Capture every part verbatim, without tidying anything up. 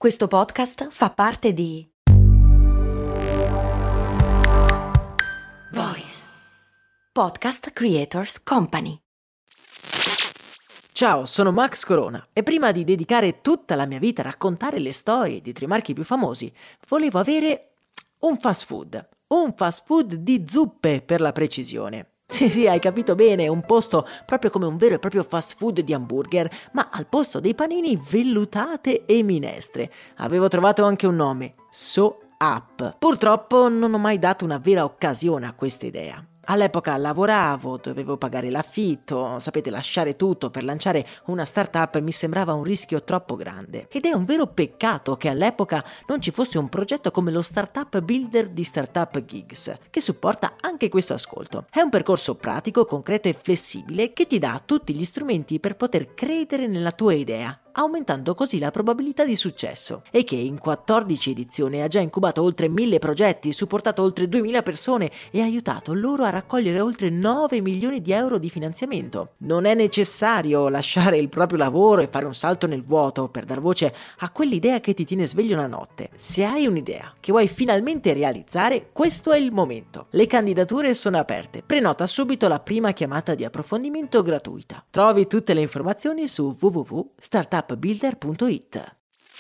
Questo podcast fa parte di Voice Podcast Creators Company. Ciao, sono Max Corona e prima di dedicare tutta la mia vita a raccontare le storie di tre marchi più famosi, volevo avere un fast food, un fast food di zuppe per la precisione. Sì, sì, hai capito bene, un posto proprio come un vero e proprio fast food di hamburger, ma al posto dei panini vellutate e minestre. Avevo trovato anche un nome, So Up. Purtroppo non ho mai dato una vera occasione a questa idea. All'epoca lavoravo, dovevo pagare l'affitto, sapete, lasciare tutto per lanciare una startup mi sembrava un rischio troppo grande. Ed è un vero peccato che all'epoca non ci fosse un progetto come lo Startup Builder di Startup Gigs, che supporta anche questo ascolto. È un percorso pratico, concreto e flessibile che ti dà tutti gli strumenti per poter credere nella tua idea, aumentando così la probabilità di successo, e che in quattordici edizioni ha già incubato oltre mille progetti, supportato oltre duemila persone e aiutato loro a raccogliere oltre nove milioni di euro di finanziamento. Non è necessario lasciare il proprio lavoro e fare un salto nel vuoto per dar voce a quell'idea che ti tiene sveglio la notte. Se hai un'idea che vuoi finalmente realizzare, questo è il momento. Le candidature sono aperte. Prenota subito la prima chiamata di approfondimento gratuita. Trovi tutte le informazioni su w w w punto startup builder punto it.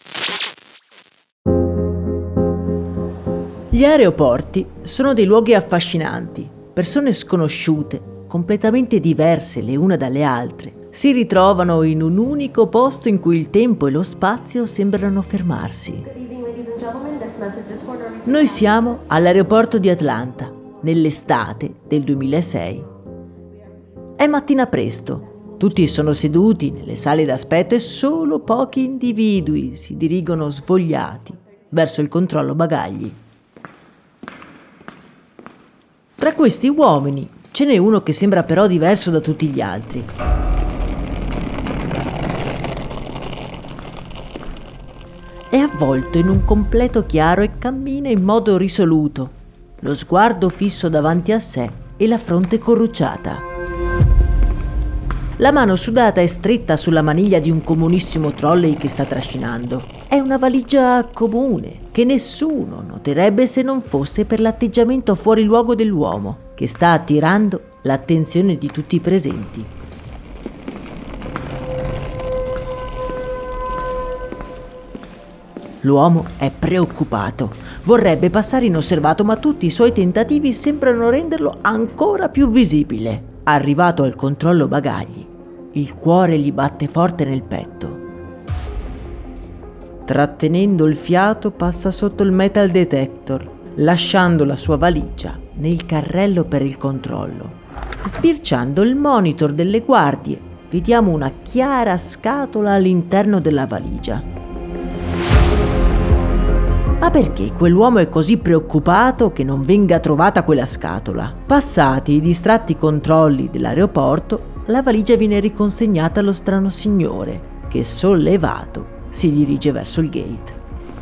Gli aeroporti sono dei luoghi affascinanti. Persone sconosciute, completamente diverse le une dalle altre, si ritrovano in un unico posto in cui il tempo e lo spazio sembrano fermarsi. Noi siamo all'aeroporto di Atlanta, nell'estate del duemilasei. È mattina presto. Tutti sono seduti nelle sale d'aspetto e solo pochi individui si dirigono svogliati verso il controllo bagagli. Tra questi uomini ce n'è uno che sembra però diverso da tutti gli altri. È avvolto in un completo chiaro e cammina in modo risoluto, lo sguardo fisso davanti a sé e la fronte corrucciata. La mano sudata è stretta sulla maniglia di un comunissimo trolley che sta trascinando. È una valigia comune, che nessuno noterebbe se non fosse per l'atteggiamento fuori luogo dell'uomo, che sta attirando l'attenzione di tutti i presenti. L'uomo è preoccupato. Vorrebbe passare inosservato, ma tutti i suoi tentativi sembrano renderlo ancora più visibile. Arrivato al controllo bagagli, il cuore gli batte forte nel petto. Trattenendo il fiato passa sotto il metal detector, lasciando la sua valigia nel carrello per il controllo. Sbirciando il monitor delle guardie, vediamo una chiara scatola all'interno della valigia. Ma perché quell'uomo è così preoccupato che non venga trovata quella scatola? Passati i distratti controlli dell'aeroporto, la valigia viene riconsegnata allo strano signore, che sollevato si dirige verso il gate.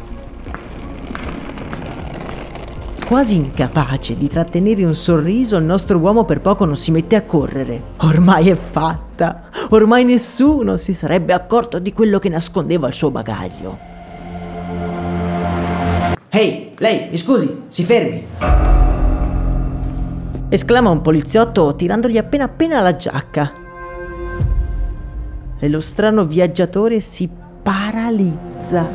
Quasi incapace di trattenere un sorriso, il nostro uomo per poco non si mette a correre. Ormai è fatta! Ormai nessuno si sarebbe accorto di quello che nascondeva il suo bagaglio. Ehi, lei, mi scusi, si fermi! Esclama un poliziotto tirandogli appena appena la giacca. E lo strano viaggiatore si paralizza.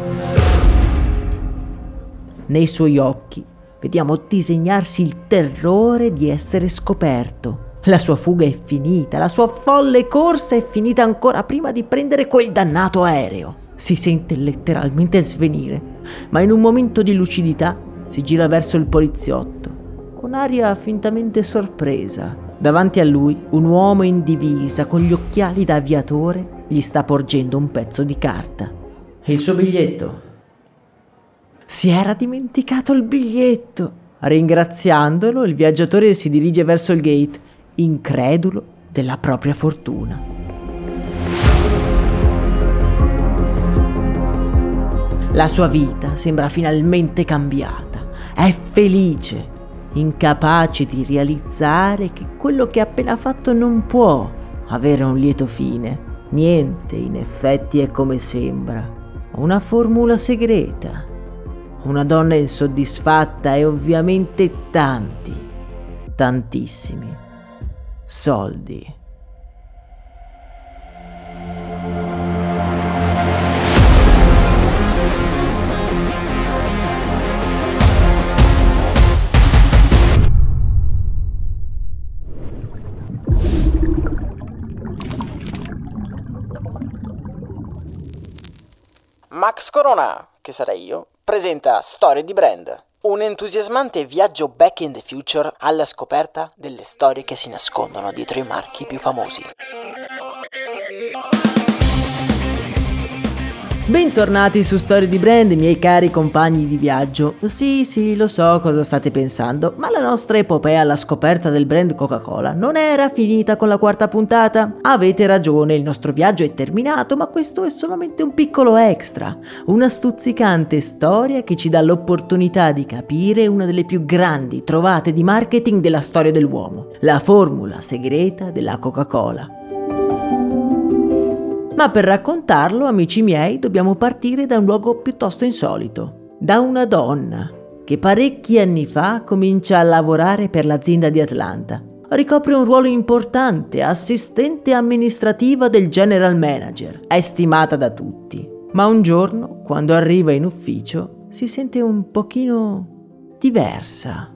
Nei suoi occhi vediamo disegnarsi il terrore di essere scoperto. La sua fuga è finita, la sua folle corsa è finita ancora prima di prendere quel dannato aereo. Si sente letteralmente svenire, ma in un momento di lucidità si gira verso il poliziotto, con aria fintamente sorpresa. Davanti a lui, un uomo in divisa, con gli occhiali da aviatore, gli sta porgendo un pezzo di carta. Il suo biglietto? Si era dimenticato il biglietto. Ringraziandolo, il viaggiatore si dirige verso il gate, incredulo della propria fortuna. La sua vita sembra finalmente cambiata. È felice, incapace di realizzare che quello che ha appena fatto non può avere un lieto fine. Niente, in effetti, è come sembra. una formula segreta, una donna insoddisfatta e ovviamente tanti, tantissimi soldi. Max Corona, che sarei io, presenta Storie di Brand, un entusiasmante viaggio back in the future alla scoperta delle storie che si nascondono dietro i marchi più famosi. Bentornati su Storie di Brand, miei cari compagni di viaggio. Sì, sì, lo so cosa state pensando, ma la nostra epopea alla scoperta del brand Coca-Cola non era finita con la quarta puntata? Avete ragione, il nostro viaggio è terminato, ma questo è solamente un piccolo extra, una stuzzicante storia che ci dà l'opportunità di capire una delle più grandi trovate di marketing della storia dell'uomo, la formula segreta della Coca-Cola. Ma per raccontarlo, amici miei, dobbiamo partire da un luogo piuttosto insolito, da una donna che parecchi anni fa comincia a lavorare per l'azienda di Atlanta. Ricopre un ruolo importante, assistente amministrativa del general manager, è stimata da tutti. Ma un giorno, quando arriva in ufficio, si sente un pochino diversa.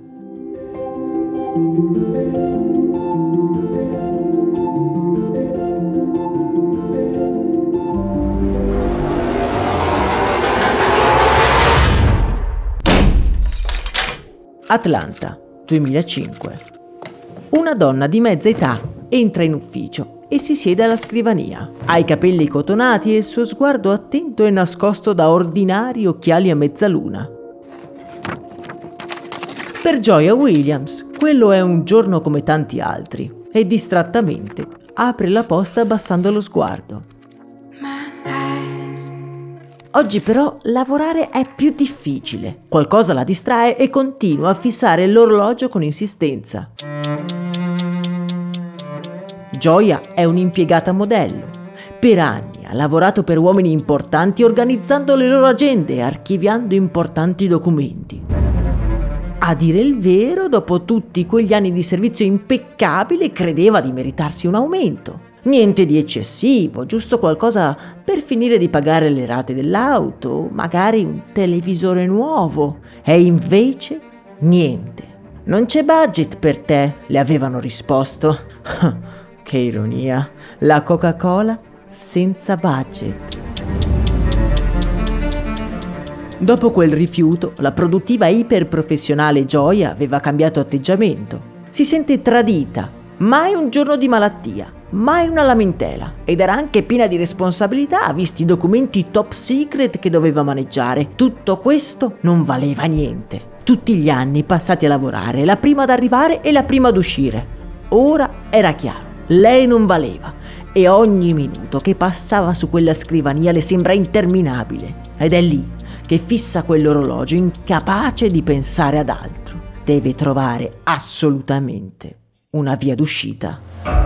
Atlanta, duemilacinque. Una donna di mezza età entra in ufficio e si siede alla scrivania. Ha i capelli cotonati e il suo sguardo attento è nascosto da ordinari occhiali a mezzaluna. Per Joya Williams, quello è un giorno come tanti altri e distrattamente apre la posta abbassando lo sguardo. Oggi però lavorare è più difficile. Qualcosa la distrae e continua a fissare l'orologio con insistenza. Joya è un'impiegata modello. Per anni ha lavorato per uomini importanti organizzando le loro agende e archiviando importanti documenti. A dire il vero, dopo tutti quegli anni di servizio impeccabile, credeva di meritarsi un aumento. Niente di eccessivo, giusto qualcosa per finire di pagare le rate dell'auto, magari un televisore nuovo. E invece niente. Non c'è budget per te, le avevano risposto. Che ironia, la Coca-Cola senza budget. Dopo quel rifiuto, la produttiva e iperprofessionale Joya aveva cambiato atteggiamento. Si sente tradita, mai un giorno di malattia. Mai una lamentela, ed era anche piena di responsabilità visti i documenti top secret che doveva maneggiare. Tutto questo non valeva niente. Tutti gli anni passati a lavorare, la prima ad arrivare e la prima ad uscire. Ora era chiaro, lei non valeva e ogni minuto che passava su quella scrivania le sembra interminabile. Ed è lì che fissa quell'orologio, incapace di pensare ad altro. Deve trovare assolutamente una via d'uscita.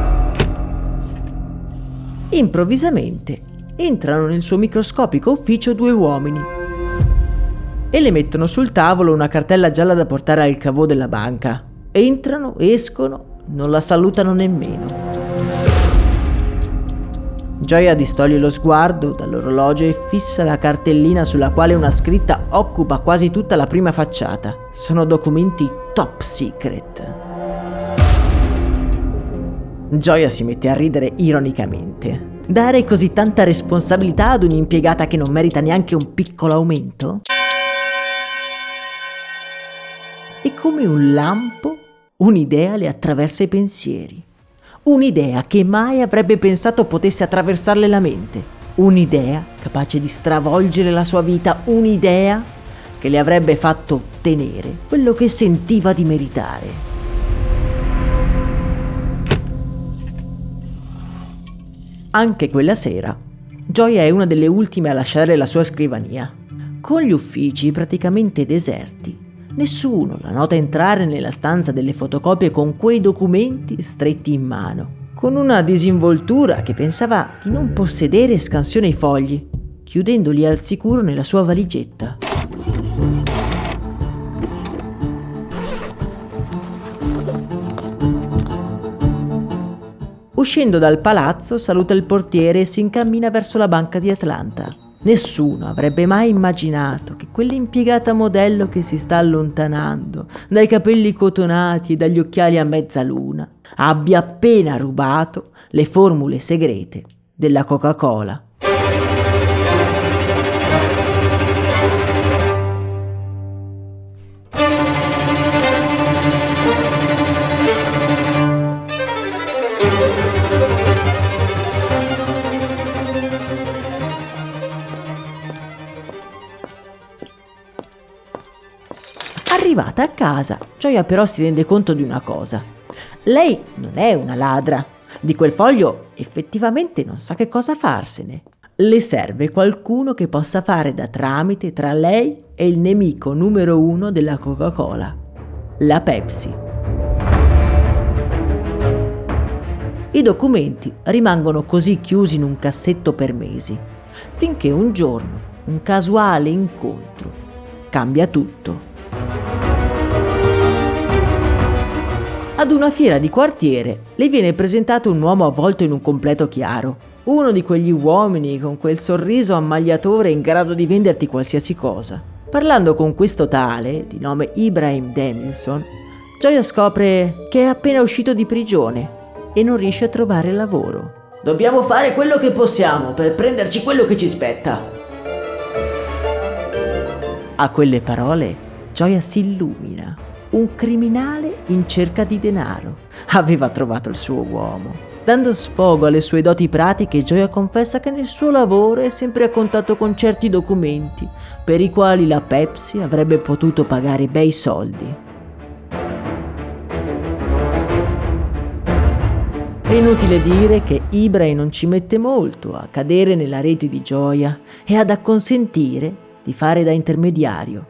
Improvvisamente entrano nel suo microscopico ufficio due uomini e le mettono sul tavolo una cartella gialla da portare al caveau della banca. Entrano, escono, non la salutano nemmeno. Joya distoglie lo sguardo dall'orologio e fissa la cartellina sulla quale una scritta occupa quasi tutta la prima facciata. Sono documenti top secret. Joya si mette a ridere ironicamente. Dare così tanta responsabilità ad un'impiegata che non merita neanche un piccolo aumento? E come un lampo, un'idea le attraversa i pensieri. Un'idea che mai avrebbe pensato potesse attraversarle la mente. Un'idea capace di stravolgere la sua vita. Un'idea che le avrebbe fatto ottenere quello che sentiva di meritare. Anche quella sera, Joya è una delle ultime a lasciare la sua scrivania. Con gli uffici praticamente deserti, nessuno la nota entrare nella stanza delle fotocopie con quei documenti stretti in mano. Con una disinvoltura che pensava di non possedere, scansiona i fogli. chiudendoli al sicuro nella sua valigetta. Uscendo dal palazzo, saluta il portiere e si incammina verso la banca di Atlanta. Nessuno avrebbe mai immaginato che quell'impiegata modello che si sta allontanando, dai capelli cotonati e dagli occhiali a mezzaluna, abbia appena rubato le formule segrete della Coca-Cola. Arrivata a casa, Gioia però si rende conto di una cosa. Lei non è una ladra. Di quel foglio effettivamente non sa che cosa farsene. Le serve qualcuno che possa fare da tramite tra lei e il nemico numero uno della Coca-Cola, la Pepsi. I documenti rimangono così chiusi in un cassetto per mesi, finché un giorno un casuale incontro cambia tutto. Ad una fiera di quartiere le viene presentato un uomo avvolto in un completo chiaro, uno di quegli uomini con quel sorriso ammagliatore in grado di venderti qualsiasi cosa. Parlando con questo tale, di nome Ibrahim Demilson, Gioia scopre che è appena uscito di prigione e non riesce a trovare lavoro. Dobbiamo fare quello che possiamo per prenderci quello che ci spetta. A quelle parole Gioia si illumina. Un criminale in cerca di denaro. Aveva trovato il suo uomo. Dando sfogo alle sue doti pratiche, Gioia confessa che nel suo lavoro è sempre a contatto con certi documenti per i quali la Pepsi avrebbe potuto pagare bei soldi. È inutile dire che Ibrahim non ci mette molto a cadere nella rete di Gioia e ad acconsentire di fare da intermediario.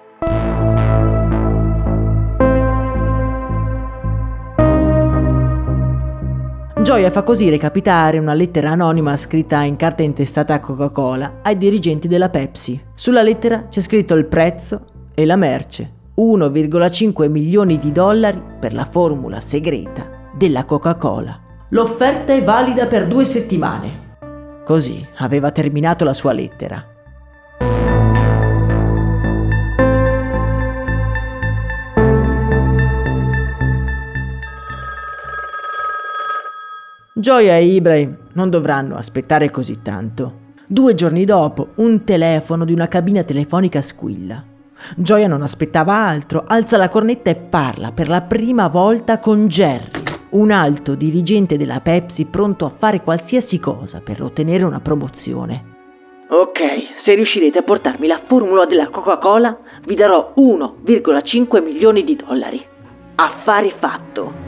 Gioia fa così recapitare una lettera anonima scritta in carta intestata a Coca-Cola ai dirigenti della Pepsi. Sulla lettera c'è scritto il prezzo e la merce: uno virgola cinque milioni di dollari per la formula segreta della Coca-Cola. L'offerta è valida per due settimane. Così aveva terminato la sua lettera. Gioia e Ibrahim non dovranno aspettare così tanto. Due giorni dopo, un telefono di una cabina telefonica squilla. Gioia non aspettava altro, alza la cornetta e parla per la prima volta con Jerry, un alto dirigente della Pepsi pronto a fare qualsiasi cosa per ottenere una promozione. Ok, se riuscirete a portarmi la formula della Coca-Cola, vi darò uno virgola cinque milioni di dollari. Affare fatto.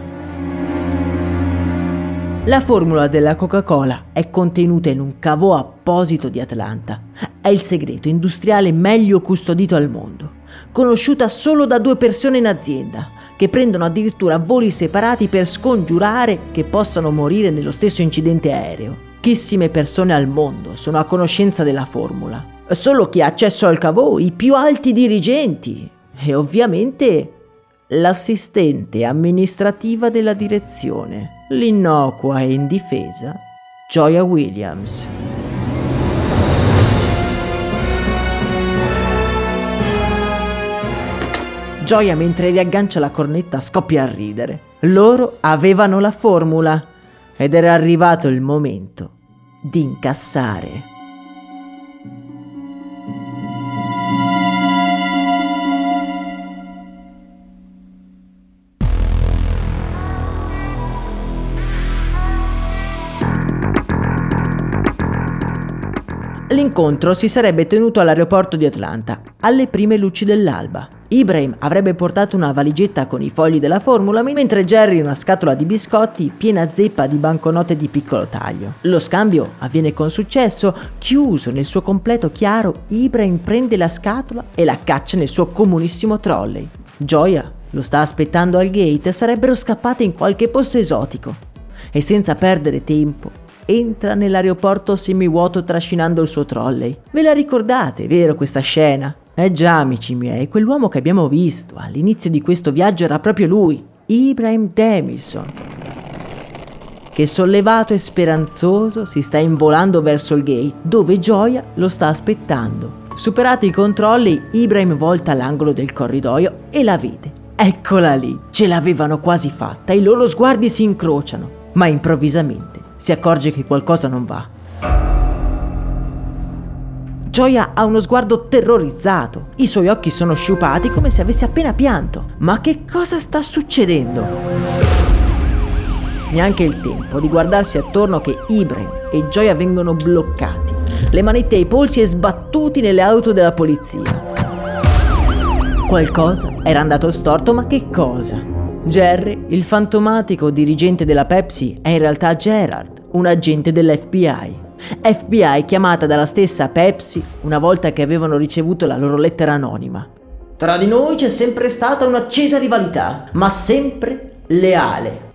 La formula della Coca-Cola è contenuta in un caveau apposito di Atlanta. È il segreto industriale meglio custodito al mondo, conosciuta solo da due persone in azienda, che prendono addirittura voli separati per scongiurare che possano morire nello stesso incidente aereo. Pochissime persone al mondo sono a conoscenza della formula. Solo chi ha accesso al caveau, i più alti dirigenti e ovviamente l'assistente amministrativa della direzione, l'innocua e indifesa Gioia Williams. Gioia, mentre riaggancia la cornetta, scoppia a ridere. Loro avevano la formula ed era arrivato il momento di incassare. L'incontro si sarebbe tenuto all'aeroporto di Atlanta, alle prime luci dell'alba. Ibrahim avrebbe portato una valigetta con i fogli della formula, mentre Jerry una scatola di biscotti piena zeppa di banconote di piccolo taglio. Lo scambio avviene con successo. Chiuso nel suo completo chiaro, Ibrahim prende la scatola e la caccia nel suo comunissimo trolley. Gioia lo sta aspettando al gate e sarebbero scappate in qualche posto esotico. E senza perdere tempo, entra nell'aeroporto semivuoto trascinando il suo trolley. Ve la ricordate, vero, questa scena? Eh già, amici miei, quell'uomo che abbiamo visto all'inizio di questo viaggio era proprio lui, Ibrahim Demilson, che sollevato e speranzoso si sta involando verso il gate, dove Gioia lo sta aspettando. Superati i controlli, Ibrahim volta l'angolo del corridoio e la vede. Eccola lì, ce l'avevano quasi fatta, i loro sguardi si incrociano, ma improvvisamente si accorge che qualcosa non va. Gioia ha uno sguardo terrorizzato, i suoi occhi sono sciupati come se avesse appena pianto. Ma che cosa sta succedendo? Neanche il tempo di guardarsi attorno che Ibrahim e Gioia vengono bloccati, le manette ai polsi e sbattuti nelle auto della polizia. Qualcosa era andato storto, ma che cosa? Jerry, il fantomatico dirigente della Pepsi, è in realtà Gerard, un agente dell'F B I. F B I chiamata dalla stessa Pepsi una volta che avevano ricevuto la loro lettera anonima. Tra di noi c'è sempre stata un'accesa rivalità, ma sempre leale.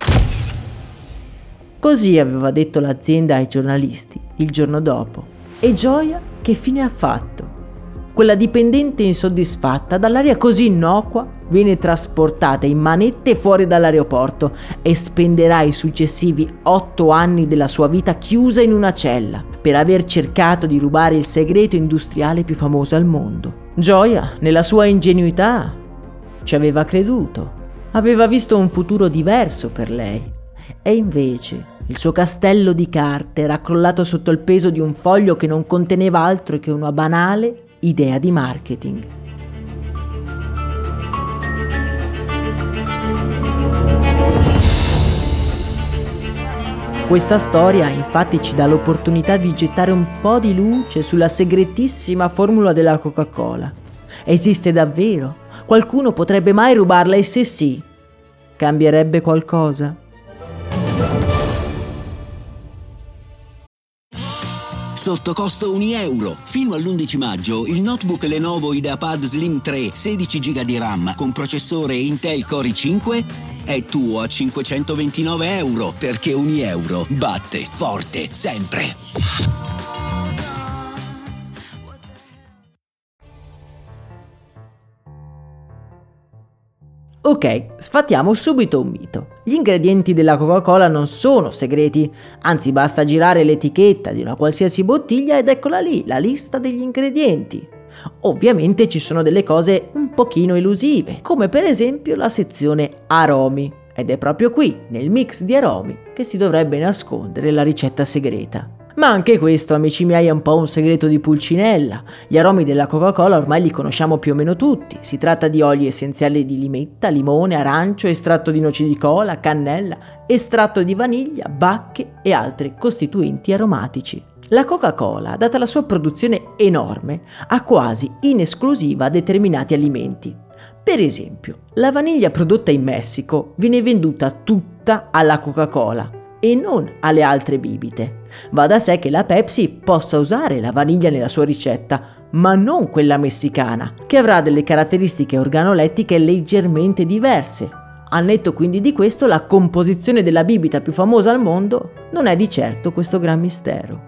Così aveva detto l'azienda ai giornalisti il giorno dopo. E Gioia che fine ha fatto? Quella dipendente insoddisfatta dall'aria così innocua viene trasportata in manette fuori dall'aeroporto e spenderà i successivi otto anni della sua vita chiusa in una cella per aver cercato di rubare il segreto industriale più famoso al mondo. Gioia, nella sua ingenuità, ci aveva creduto, aveva visto un futuro diverso per lei e invece il suo castello di carte era crollato sotto il peso di un foglio che non conteneva altro che una banale idea di marketing. Questa storia infatti ci dà l'opportunità di gettare un po' di luce sulla segretissima formula della Coca-Cola. Esiste davvero? Qualcuno potrebbe mai rubarla e se sì, cambierebbe qualcosa? Sotto costo un euro. Fino all'undici maggio il notebook Lenovo IdeaPad Slim tre sedici giga di RAM con processore Intel Core i cinque è tuo a cinquecentoventinove euro, perché un euro batte forte sempre. Ok, sfatiamo subito un mito. Gli ingredienti della Coca-Cola non sono segreti, anzi basta girare l'etichetta di una qualsiasi bottiglia ed eccola lì, la lista degli ingredienti. Ovviamente ci sono delle cose un pochino elusive, come per esempio la sezione aromi, ed è proprio qui, nel mix di aromi, che si dovrebbe nascondere la ricetta segreta. Ma anche questo, amici miei, è un po' un segreto di Pulcinella. Gli aromi della Coca-Cola ormai li conosciamo più o meno tutti. Si tratta di oli essenziali di limetta, limone, arancio, estratto di noci di cola, cannella, estratto di vaniglia, bacche e altri costituenti aromatici. La Coca-Cola, data la sua produzione enorme, ha quasi in esclusiva determinati alimenti. Per esempio, la vaniglia prodotta in Messico viene venduta tutta alla Coca-Cola e non alle altre bibite. Va da sé che la Pepsi possa usare la vaniglia nella sua ricetta, ma non quella messicana, che avrà delle caratteristiche organolettiche leggermente diverse. Al netto quindi di questo, la composizione della bibita più famosa al mondo non è di certo questo gran mistero.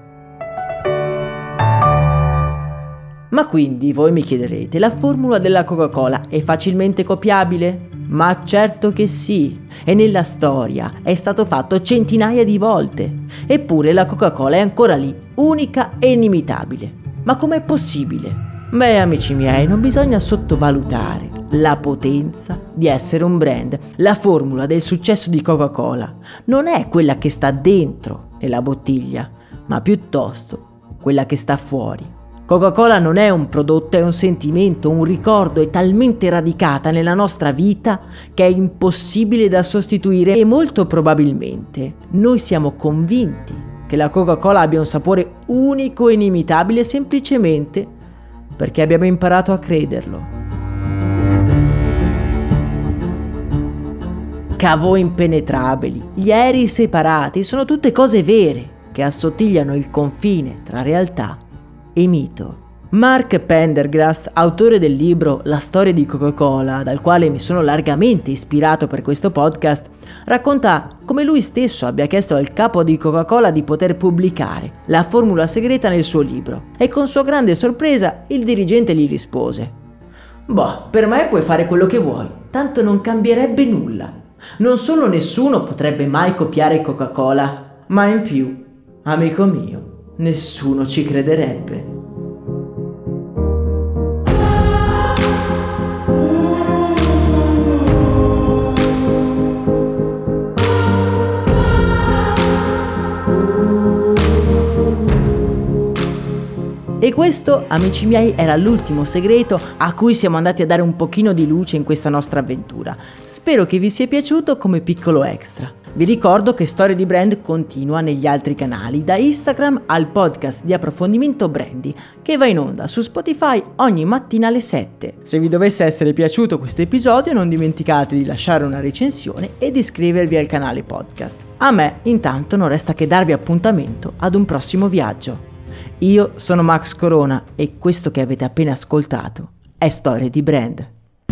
Ma quindi voi mi chiederete, la formula della Coca-Cola è facilmente copiabile? Ma certo che sì, e nella storia è stato fatto centinaia di volte. Eppure la Coca-Cola è ancora lì, unica e inimitabile. Ma com'è possibile? Beh, amici miei, non bisogna sottovalutare la potenza di essere un brand. La formula del successo di Coca-Cola non è quella che sta dentro nella bottiglia, ma piuttosto quella che sta fuori. Coca-Cola non è un prodotto, è un sentimento, un ricordo, è talmente radicata nella nostra vita che è impossibile da sostituire e molto probabilmente noi siamo convinti che la Coca-Cola abbia un sapore unico e inimitabile semplicemente perché abbiamo imparato a crederlo. Cavò impenetrabili, gli aerei separati sono tutte cose vere che assottigliano il confine tra realtà e mito. Mark Pendergrass, autore del libro La storia di Coca-Cola, dal quale mi sono largamente ispirato per questo podcast, racconta come lui stesso abbia chiesto al capo di Coca-Cola di poter pubblicare la formula segreta nel suo libro e con sua grande sorpresa il dirigente gli rispose: «Boh, per me puoi fare quello che vuoi, tanto non cambierebbe nulla. Non solo nessuno potrebbe mai copiare Coca-Cola, ma in più, amico mio, nessuno ci crederebbe». E questo, amici miei, era l'ultimo segreto a cui siamo andati a dare un pochino di luce in questa nostra avventura. Spero che vi sia piaciuto come piccolo extra. Vi ricordo che Storie di Brand continua negli altri canali, da Instagram al podcast di approfondimento Brandy, che va in onda su Spotify ogni mattina alle sette. Se vi dovesse essere piaciuto questo episodio, non dimenticate di lasciare una recensione e di iscrivervi al canale podcast. A me, intanto, non resta che darvi appuntamento ad un prossimo viaggio. Io sono Max Corona e questo che avete appena ascoltato è Storie di Brand.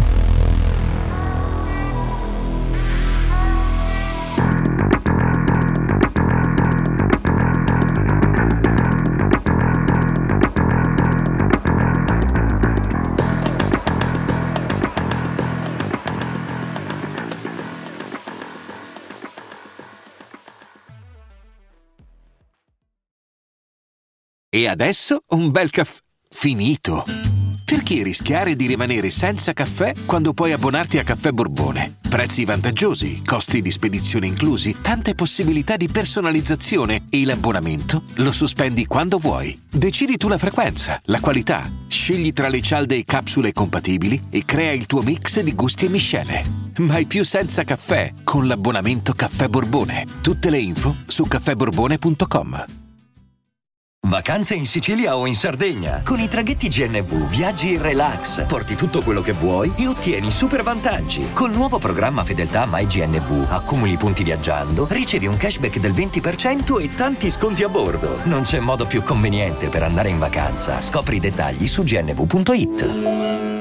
E adesso un bel caffè finito. Perché rischiare di rimanere senza caffè quando puoi abbonarti a Caffè Borbone? Prezzi vantaggiosi, costi di spedizione inclusi, tante possibilità di personalizzazione e l'abbonamento lo sospendi quando vuoi. Decidi tu la frequenza, la qualità, scegli tra le cialde e capsule compatibili e crea il tuo mix di gusti e miscele. Mai più senza caffè con l'abbonamento Caffè Borbone. Tutte le info su caffè borbone punto com. Vacanze in Sicilia o in Sardegna. Con i traghetti G N V viaggi in relax, porti tutto quello che vuoi e ottieni super vantaggi. Col nuovo programma Fedeltà MyGNV accumuli punti viaggiando, ricevi un cashback del venti per cento e tanti sconti a bordo. Non c'è modo più conveniente per andare in vacanza. Scopri i dettagli su gnv punto it.